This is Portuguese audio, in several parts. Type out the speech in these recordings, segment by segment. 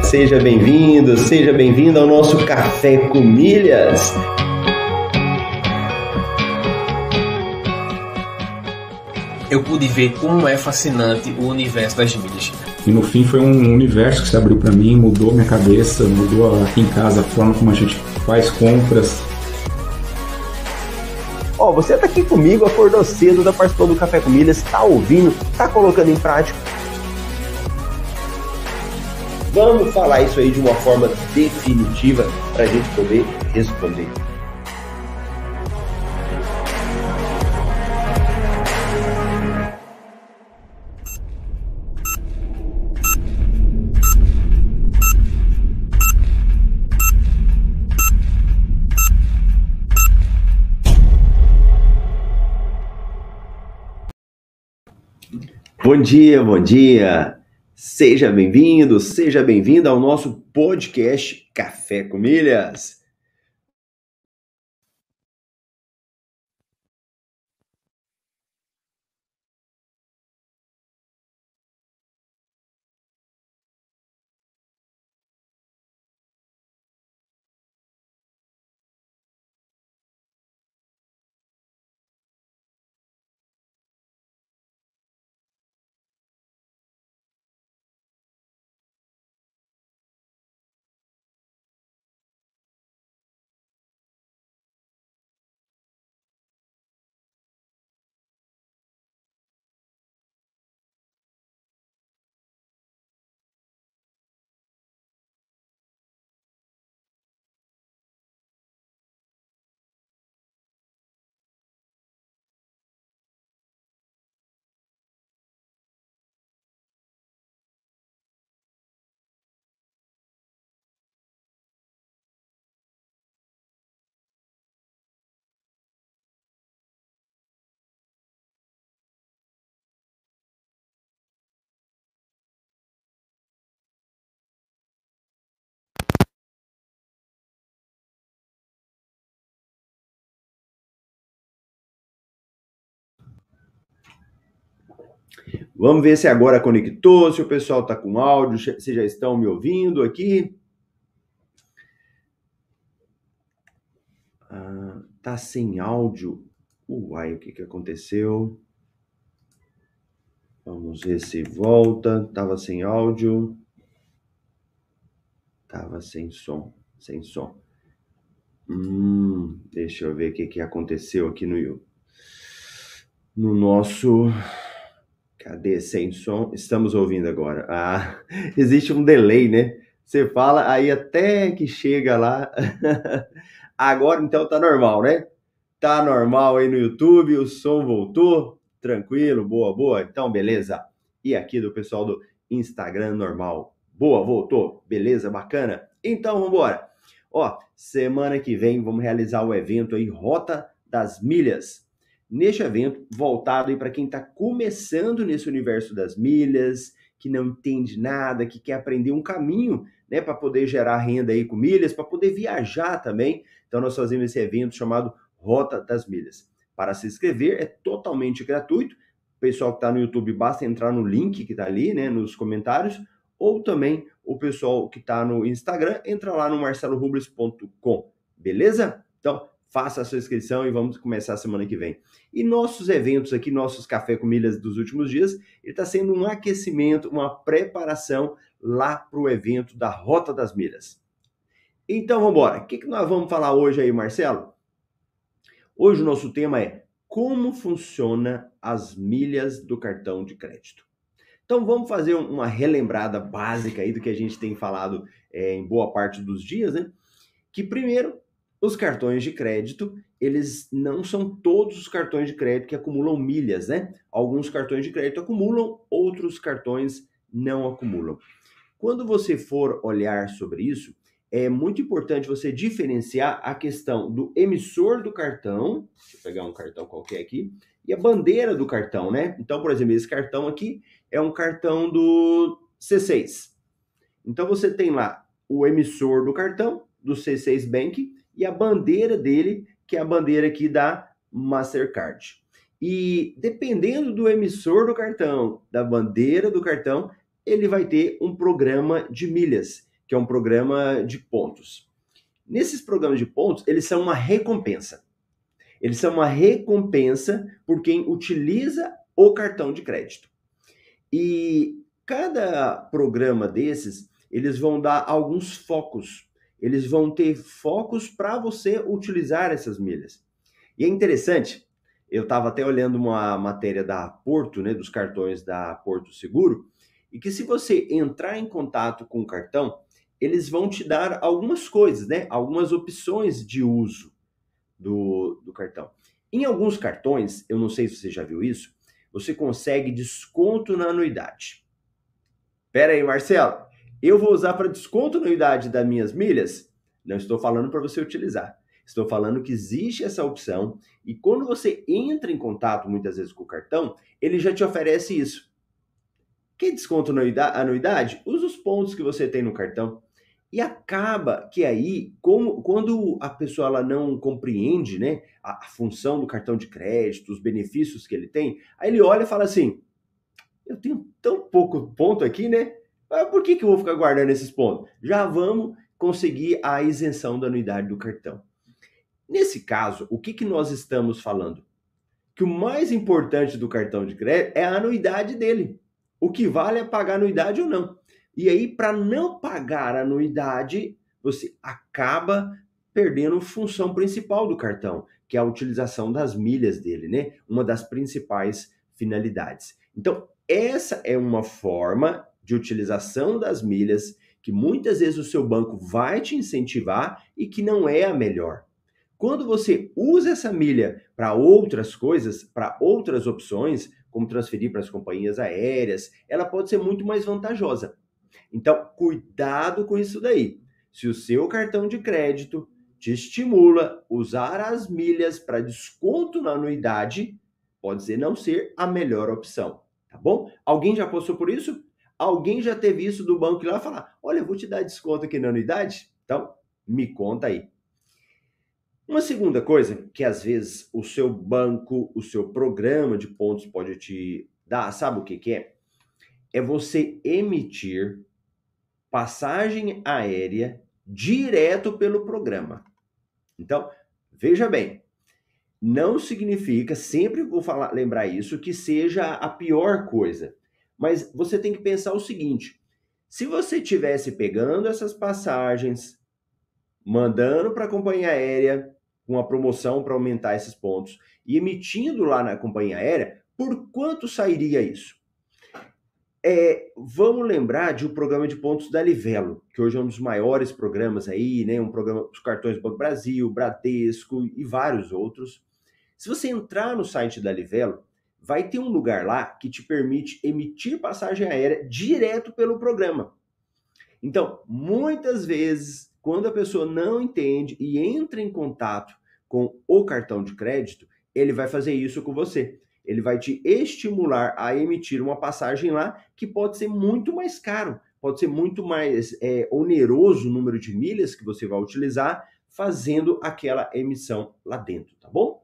seja bem-vindo, seja bem-vindo ao nosso Café com Milhas. Eu pude ver como é fascinante o universo das milhas. E no fim foi um universo que se abriu para mim, mudou minha cabeça, mudou aqui em casa a forma como a gente faz compras. Você tá aqui comigo, acordou cedo, tá participando do Café com Milhas, tá ouvindo, tá colocando em prática. Vamos falar isso aí de uma forma definitiva para a gente poder responder. Bom dia, bom dia! Seja bem-vindo, seja bem-vinda ao nosso podcast Café com Milhas. Vamos ver se agora conectou, se o pessoal está com áudio, se já estão me ouvindo aqui. Tá sem áudio. Uai, o que aconteceu? Vamos ver se volta. Tava sem áudio. Tava sem som. Deixa eu ver o que aconteceu aqui no nosso... Cadê? Sem som? Estamos ouvindo agora. Existe um delay, né? Você fala, aí até que chega lá. Agora, então, tá normal, né? Tá normal aí no YouTube, o som voltou. Tranquilo, boa. Então, beleza. E aqui do pessoal do Instagram, normal. Boa, voltou. Beleza, bacana? Então, vambora. Semana que vem vamos realizar o evento aí, Rota das Milhas. Neste evento, voltado aí para quem está começando nesse universo das milhas, que não entende nada, que quer aprender um caminho, né, para poder gerar renda aí com milhas, para poder viajar também. Então, nós fazemos esse evento chamado Rota das Milhas. Para se inscrever, é totalmente gratuito. O pessoal que está no YouTube, basta entrar no link que está ali, né, nos comentários, ou também o pessoal que está no Instagram, entra lá no marcelorubles.com, beleza? Então, faça a sua inscrição e vamos começar a semana que vem. E nossos eventos aqui, nossos Café com Milhas dos últimos dias, ele está sendo um aquecimento, uma preparação lá para o evento da Rota das Milhas. Então, vamos embora. O que nós vamos falar hoje aí, Marcelo? Hoje o nosso tema é como funciona as milhas do cartão de crédito. Então, vamos fazer uma relembrada básica aí do que a gente tem falado em boa parte dos dias, né? Que primeiro, os cartões de crédito, eles não são todos os cartões de crédito que acumulam milhas, né? Alguns cartões de crédito acumulam, outros cartões não acumulam. Quando você for olhar sobre isso, é muito importante você diferenciar a questão do emissor do cartão, deixa eu pegar um cartão qualquer aqui, e a bandeira do cartão, né? Então, por exemplo, esse cartão aqui é um cartão do C6. Então, você tem lá o emissor do cartão, do C6 Bank, e a bandeira dele, que é a bandeira aqui da Mastercard. E dependendo do emissor do cartão, da bandeira do cartão, ele vai ter um programa de milhas, que é um programa de pontos. Nesses programas de pontos, eles são uma recompensa. Eles são uma recompensa por quem utiliza o cartão de crédito. E cada programa desses, eles vão dar alguns focos. Eles vão ter focos para você utilizar essas milhas. E é interessante, eu estava até olhando uma matéria da Porto, né, dos cartões da Porto Seguro, e que se você entrar em contato com o cartão, eles vão te dar algumas coisas, né, algumas opções de uso do cartão. Em alguns cartões, eu não sei se você já viu isso, você consegue desconto na anuidade. Pera aí, Marcelo, eu vou usar para desconto na anuidade das minhas milhas? Não estou falando para você utilizar. Estou falando que existe essa opção e quando você entra em contato muitas vezes com o cartão, ele já te oferece isso. Quer desconto na anuidade? Usa os pontos que você tem no cartão. E acaba que aí, quando a pessoa ela não compreende, né, a função do cartão de crédito, os benefícios que ele tem, aí ele olha e fala assim, eu tenho tão pouco ponto aqui, né? Por que eu vou ficar guardando esses pontos? Já vamos conseguir a isenção da anuidade do cartão. Nesse caso, o que nós estamos falando? Que o mais importante do cartão de crédito é a anuidade dele. O que vale é pagar a anuidade ou não. E aí, para não pagar a anuidade, você acaba perdendo a função principal do cartão, que é a utilização das milhas dele, né? Uma das principais finalidades. Então, essa é uma forma de utilização das milhas que muitas vezes o seu banco vai te incentivar e que não é a melhor. Quando você usa essa milha para outras coisas, para outras opções, como transferir para as companhias aéreas, ela pode ser muito mais vantajosa. Então, cuidado com isso daí. Se o seu cartão de crédito te estimula a usar as milhas para desconto na anuidade, pode não ser a melhor opção, tá bom? Alguém já passou por isso? Alguém já teve isso do banco ir lá e falar, olha, eu vou te dar desconto aqui na anuidade? Então, me conta aí. Uma segunda coisa que às vezes o seu banco, o seu programa de pontos pode te dar, sabe o que é? É você emitir passagem aérea direto pelo programa. Então, veja bem, não significa, sempre vou lembrar isso, que seja a pior coisa. Mas você tem que pensar o seguinte, se você estivesse pegando essas passagens, mandando para a companhia aérea, com a promoção para aumentar esses pontos, e emitindo lá na companhia aérea, por quanto sairia isso? Vamos lembrar de um programa de pontos da Livelo, que hoje é um dos maiores programas aí, né? Um programa dos cartões Banco Brasil, Bradesco e vários outros. Se você entrar no site da Livelo, vai ter um lugar lá que te permite emitir passagem aérea direto pelo programa. Então, muitas vezes, quando a pessoa não entende e entra em contato com o cartão de crédito, ele vai fazer isso com você. Ele vai te estimular a emitir uma passagem lá que pode ser muito mais caro, pode ser muito mais oneroso o número de milhas que você vai utilizar fazendo aquela emissão lá dentro, tá bom?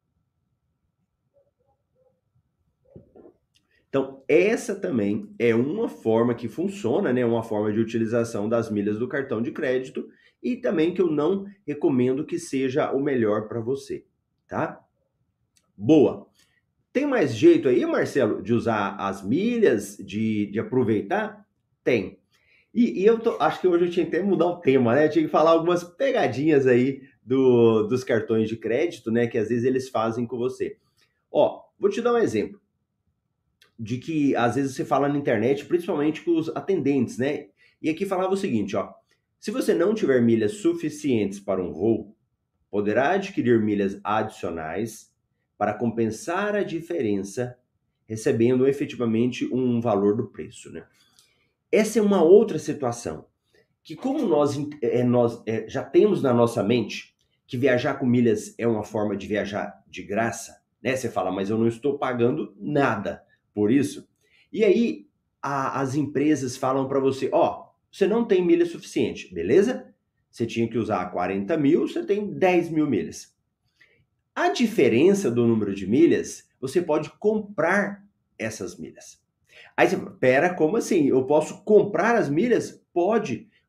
Então, essa também é uma forma que funciona, né? Uma forma de utilização das milhas do cartão de crédito e também que eu não recomendo que seja o melhor para você, tá? Boa! Tem mais jeito aí, Marcelo, de usar as milhas, de aproveitar? Tem. E acho que hoje eu tinha que até mudar o tema, né? Eu tinha que falar algumas pegadinhas aí dos cartões de crédito, né? Que às vezes eles fazem com você. Ó, vou te dar um exemplo de que às vezes você fala na internet, principalmente com os atendentes, né? E aqui falava o seguinte, ó. Se você não tiver milhas suficientes para um voo, poderá adquirir milhas adicionais para compensar a diferença, recebendo efetivamente um valor do preço, né? Essa é uma outra situação, que como nós já temos na nossa mente que viajar com milhas é uma forma de viajar de graça, né? Você fala, mas eu não estou pagando nada por isso. E aí as empresas falam para você, ó, você não tem milha suficiente, beleza? Você tinha que usar 40 mil, você tem 10 mil milhas. A diferença do número de milhas, você pode comprar essas milhas. Aí você fala, pera, como assim? Eu posso comprar as milhas? Pode.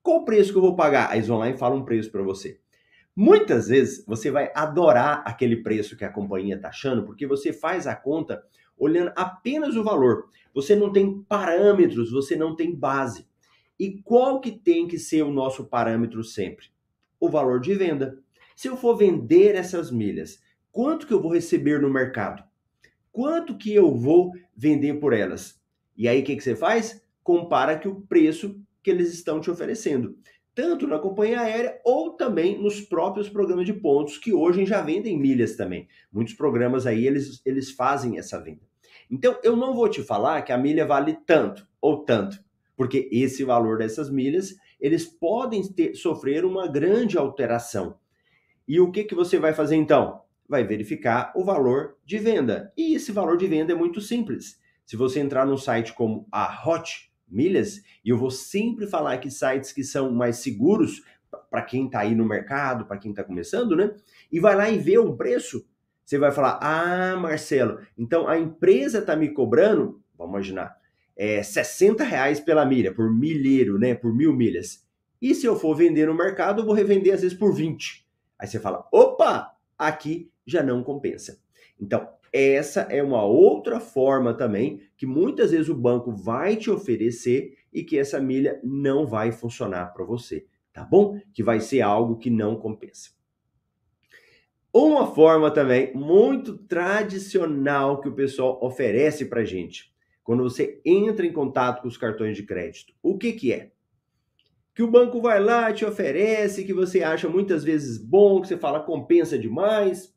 Qual o preço que eu vou pagar? Aí eles vão lá e falam um preço para você. Muitas vezes você vai adorar aquele preço que a companhia está achando, porque você faz a conta olhando apenas o valor. Você não tem parâmetros, você não tem base. E qual que tem que ser o nosso parâmetro sempre? O valor de venda. Se eu for vender essas milhas, quanto que eu vou receber no mercado? Quanto que eu vou vender por elas? E aí o que você faz? Compara que o preço que eles estão te oferecendo, tanto na companhia aérea ou também nos próprios programas de pontos, que hoje já vendem milhas também. Muitos programas aí, eles fazem essa venda. Então, eu não vou te falar que a milha vale tanto ou tanto, porque esse valor dessas milhas, eles podem sofrer uma grande alteração. E o que você vai fazer então? Vai verificar o valor de venda. E esse valor de venda é muito simples. Se você entrar num site como a Hot Milhas, e eu vou sempre falar que sites que são mais seguros para quem está aí no mercado, para quem está começando, né? E vai lá e vê um preço, você vai falar, ah, Marcelo, então a empresa está me cobrando, vamos imaginar, R$60 pela milha, por milheiro, né? Por 1.000 milhas. E se eu for vender no mercado, eu vou revender às vezes por 20. Aí você fala, opa, aqui já não compensa. Então, essa é uma outra forma também que muitas vezes o banco vai te oferecer e que essa milha não vai funcionar para você, tá bom? Que vai ser algo que não compensa. Uma forma também muito tradicional que o pessoal oferece para gente, quando você entra em contato com os cartões de crédito, o que é? Que o banco vai lá, te oferece, que você acha muitas vezes bom, que você fala compensa demais.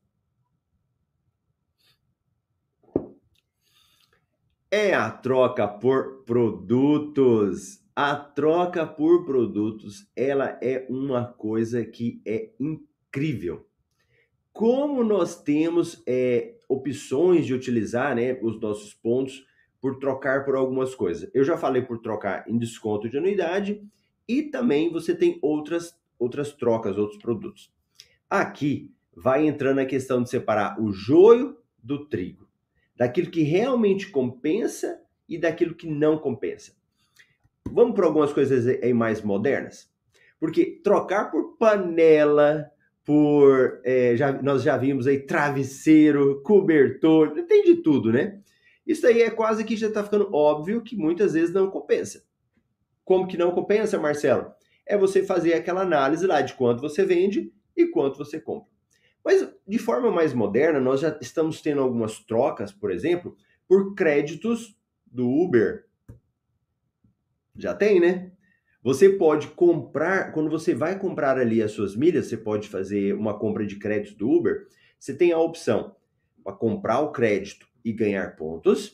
É a troca por produtos. A troca por produtos, ela é uma coisa que é incrível. Como nós temos opções de utilizar, né, os nossos pontos por trocar por algumas coisas. Eu já falei por trocar em desconto de anuidade e também você tem outras trocas, outros produtos. Aqui vai entrando a questão de separar o joio do trigo, daquilo que realmente compensa e daquilo que não compensa. Vamos para algumas coisas aí mais modernas? Porque trocar por panela, nós já vimos aí travesseiro, cobertor, tem de tudo, né? Isso aí é quase que já está ficando óbvio que muitas vezes não compensa. Como que não compensa, Marcelo? É você fazer aquela análise lá de quanto você vende e quanto você compra. Mas de forma mais moderna, nós já estamos tendo algumas trocas, por exemplo, por créditos do Uber. Já tem, né? Você pode comprar, quando você vai comprar ali as suas milhas, você pode fazer uma compra de crédito do Uber, você tem a opção para comprar o crédito e ganhar pontos,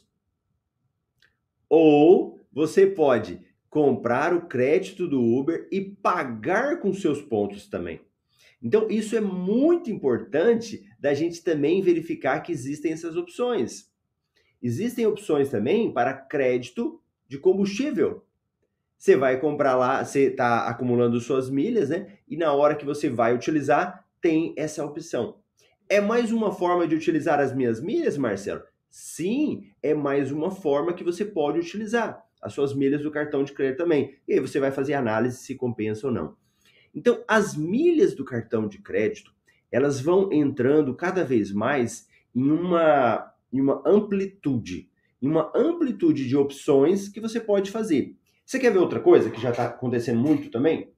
ou você pode comprar o crédito do Uber e pagar com seus pontos também. Então, isso é muito importante da gente também verificar que existem essas opções. Existem opções também para crédito de combustível. Você vai comprar lá, você está acumulando suas milhas, né? E na hora que você vai utilizar, tem essa opção. É mais uma forma de utilizar as minhas milhas, Marcelo? Sim, é mais uma forma que você pode utilizar as suas milhas do cartão de crédito também. E aí você vai fazer análise se compensa ou não. Então, as milhas do cartão de crédito, elas vão entrando cada vez mais em uma amplitude de opções que você pode fazer. Você quer ver outra coisa que já está acontecendo muito também?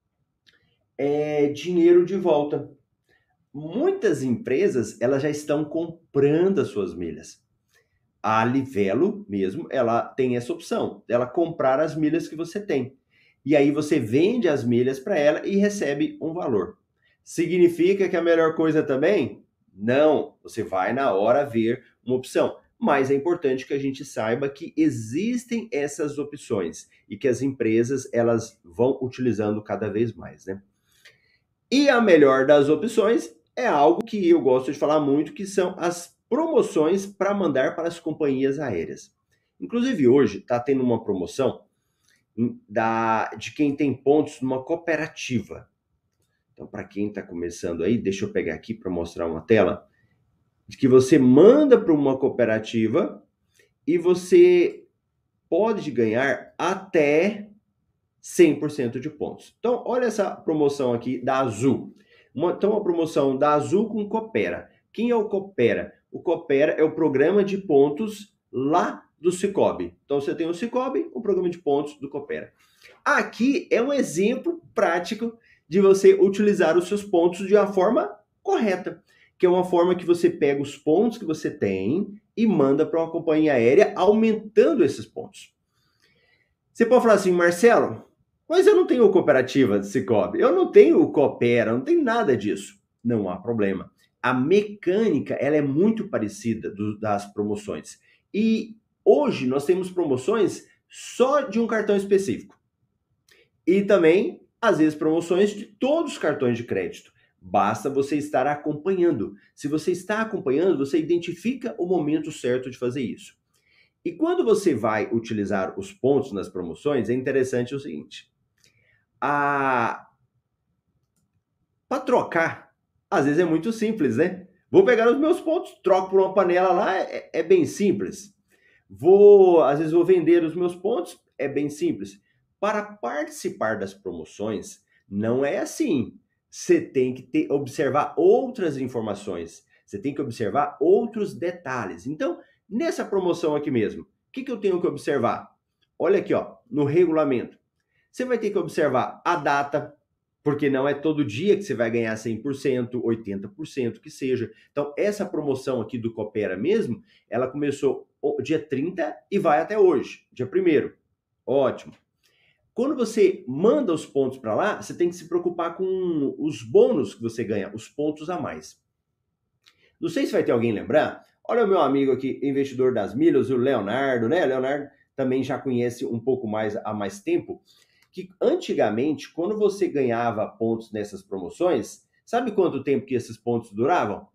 É dinheiro de volta. Muitas empresas, elas já estão comprando as suas milhas. A Livelo mesmo, ela tem essa opção, ela comprar as milhas que você tem. E aí você vende as milhas para ela e recebe um valor. Significa que a melhor coisa também? Não, você vai na hora ver uma opção. Mas é importante que a gente saiba que existem essas opções e que as empresas elas vão utilizando cada vez mais, né? E a melhor das opções é algo que eu gosto de falar muito, que são as promoções para mandar para as companhias aéreas. Inclusive hoje está tendo uma promoção de quem tem pontos numa cooperativa. Então, para quem está começando aí, deixa eu pegar aqui para mostrar uma tela, de que você manda para uma cooperativa e você pode ganhar até 100% de pontos. Então, olha essa promoção aqui da Azul. Então, uma promoção da Azul com Coopera. Quem é o Coopera? O Coopera é o programa de pontos lá do Sicoob. Então, você tem o Sicoob, o programa de pontos do Coopera. Aqui é um exemplo prático de você utilizar os seus pontos de uma forma correta, que é uma forma que você pega os pontos que você tem e manda para uma companhia aérea, aumentando esses pontos. Você pode falar assim, Marcelo, mas eu não tenho cooperativa de Sicoob, eu não tenho Coopera, não tenho nada disso. Não há problema. A mecânica, ela é muito parecida das promoções. E hoje nós temos promoções só de um cartão específico. E também, às vezes, promoções de todos os cartões de crédito. Basta você estar acompanhando. Se você está acompanhando, você identifica o momento certo de fazer isso. E quando você vai utilizar os pontos nas promoções, é interessante o seguinte. Para trocar, às vezes é muito simples, né? Vou pegar os meus pontos, troco por uma panela lá, é bem simples. Às vezes vou vender os meus pontos, é bem simples. Para participar das promoções, não é assim. Você tem que observar outras informações. Você tem que observar outros detalhes. Então, nessa promoção aqui mesmo, o que eu tenho que observar? Olha aqui, ó, no regulamento. Você vai ter que observar a data, porque não é todo dia que você vai ganhar 100%, 80%, que seja. Então, essa promoção aqui do Coopera mesmo, ela começou dia 30 e vai até hoje, dia 1º. Ótimo. Quando você manda os pontos para lá, você tem que se preocupar com os bônus que você ganha, os pontos a mais. Não sei se vai ter alguém lembrar. Olha o meu amigo aqui, investidor das milhas, o Leonardo, né? O Leonardo também já conhece um pouco mais há mais tempo, que antigamente, quando você ganhava pontos nessas promoções, sabe quanto tempo que esses pontos duravam?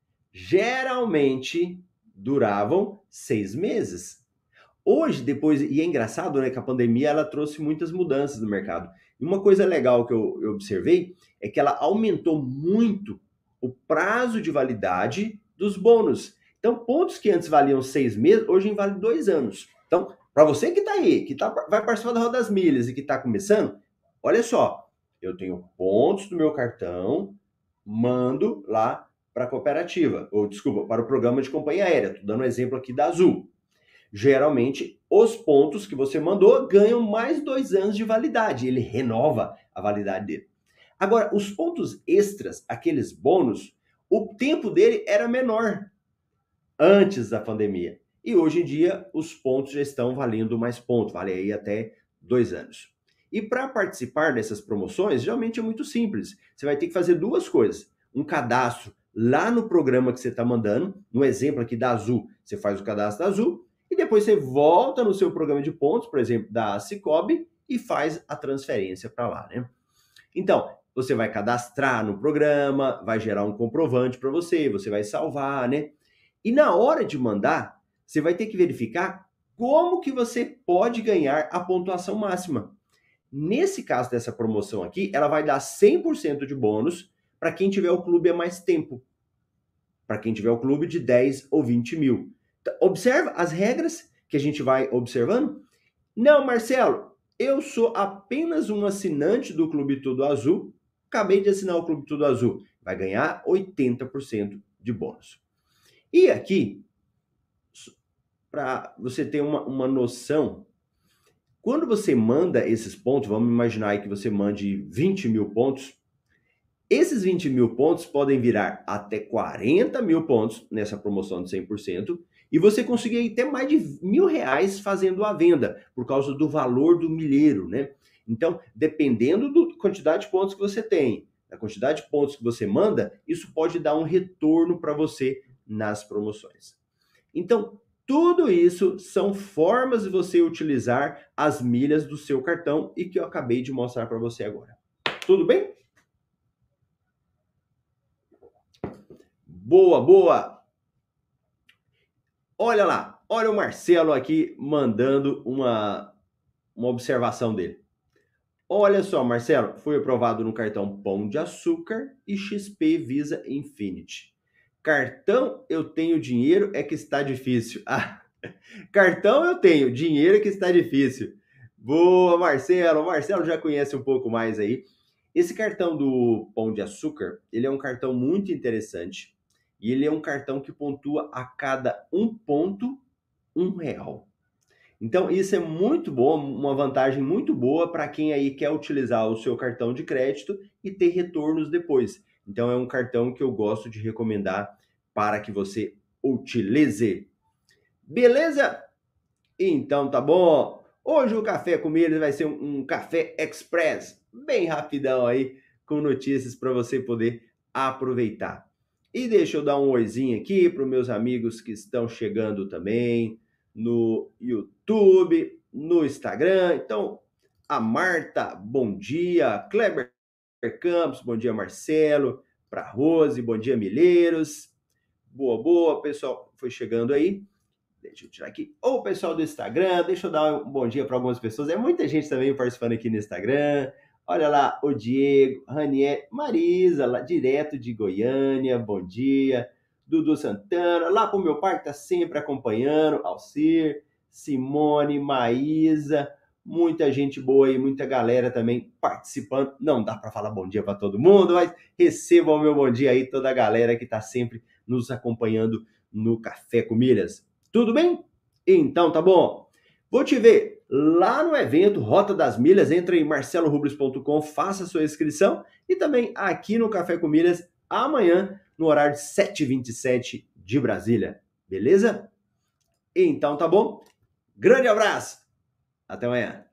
Geralmente duravam 6 meses. Hoje, depois, e é engraçado, né, que a pandemia ela trouxe muitas mudanças no mercado. E uma coisa legal que eu observei é que ela aumentou muito o prazo de validade dos bônus. Então, pontos que antes valiam 6 meses, hoje valem 2 anos. Então, para você que está aí, que vai participar da Roda das Milhas e que está começando, olha só, eu tenho pontos do meu cartão, mando lá para a cooperativa, ou desculpa, para o programa de companhia aérea. Estou dando um exemplo aqui da Azul. Geralmente, os pontos que você mandou ganham mais 2 anos de validade. Ele renova a validade dele. Agora, os pontos extras, aqueles bônus, o tempo dele era menor antes da pandemia. E hoje em dia, os pontos já estão valendo mais pontos, vale aí até 2 anos. E para participar dessas promoções, geralmente é muito simples. Você vai ter que fazer 2 coisas. Um cadastro lá no programa que você está mandando. No exemplo aqui da Azul, você faz o cadastro da Azul. E depois você volta no seu programa de pontos, por exemplo, da Sicoob, e faz a transferência para lá, né? Então, você vai cadastrar no programa, vai gerar um comprovante para você, você vai salvar, né? E na hora de mandar, você vai ter que verificar como que você pode ganhar a pontuação máxima. Nesse caso dessa promoção aqui, ela vai dar 100% de bônus para quem tiver o clube há mais tempo. Para quem tiver o clube de 10 ou 20 mil. Observa as regras que a gente vai observando. Não, Marcelo, eu sou apenas um assinante do Clube Tudo Azul. Acabei de assinar o Clube Tudo Azul. Vai ganhar 80% de bônus. E aqui, para você ter uma noção, quando você manda esses pontos, vamos imaginar aí que você mande 20 mil pontos, esses 20 mil pontos podem virar até 40 mil pontos nessa promoção de 100%, e você conseguir até mais de R$1.000 fazendo a venda, por causa do valor do milheiro, né? Então, dependendo da quantidade de pontos que você tem, da quantidade de pontos que você manda, isso pode dar um retorno para você nas promoções. Então, tudo isso são formas de você utilizar as milhas do seu cartão e que eu acabei de mostrar para você agora. Tudo bem? Boa, boa! Olha lá, olha o Marcelo aqui mandando uma observação dele. Olha só, Marcelo, foi aprovado no cartão Pão de Açúcar e XP Visa Infinity. Cartão eu tenho, dinheiro é que está difícil. Ah, cartão eu tenho, dinheiro é que está difícil. Boa, Marcelo. O Marcelo já conhece um pouco mais aí. Esse cartão do Pão de Açúcar, ele é um cartão muito interessante e ele é um cartão que pontua a cada 1 ponto R$ 1. Então, isso é muito bom, uma vantagem muito boa para quem aí quer utilizar o seu cartão de crédito e ter retornos depois. Então, é um cartão que eu gosto de recomendar para que você utilize. Beleza? Então, tá bom. Hoje o Café com Milhas vai ser um café express, bem rapidão aí, com notícias para você poder aproveitar. E deixa eu dar um oizinho aqui para os meus amigos que estão chegando também no YouTube, no Instagram. Então, a Marta, bom dia. Kleber Campos, bom dia, Marcelo. Para Rose, bom dia, Milheiros. Boa, boa, pessoal, foi chegando aí. Deixa eu tirar aqui. O pessoal do Instagram, deixa eu dar um bom dia para algumas pessoas. É muita gente também participando aqui no Instagram. Olha lá, o Diego, Ranier, Marisa, lá direto de Goiânia, bom dia. Dudu Santana, lá pro meu pai que tá sempre acompanhando, Alcir, Simone, Maísa, muita gente boa aí, muita galera também participando. Não dá para falar bom dia para todo mundo, mas recebam o meu bom dia aí, toda a galera que tá sempre nos acompanhando no Café com Milhas. Tudo bem? Então tá bom. Vou te ver lá no evento Rota das Milhas. Entra em marcelorubles.com, faça sua inscrição e também aqui no Café com Milhas amanhã no horário de 7h27 de Brasília. Beleza? Então tá bom. Grande abraço. Até amanhã.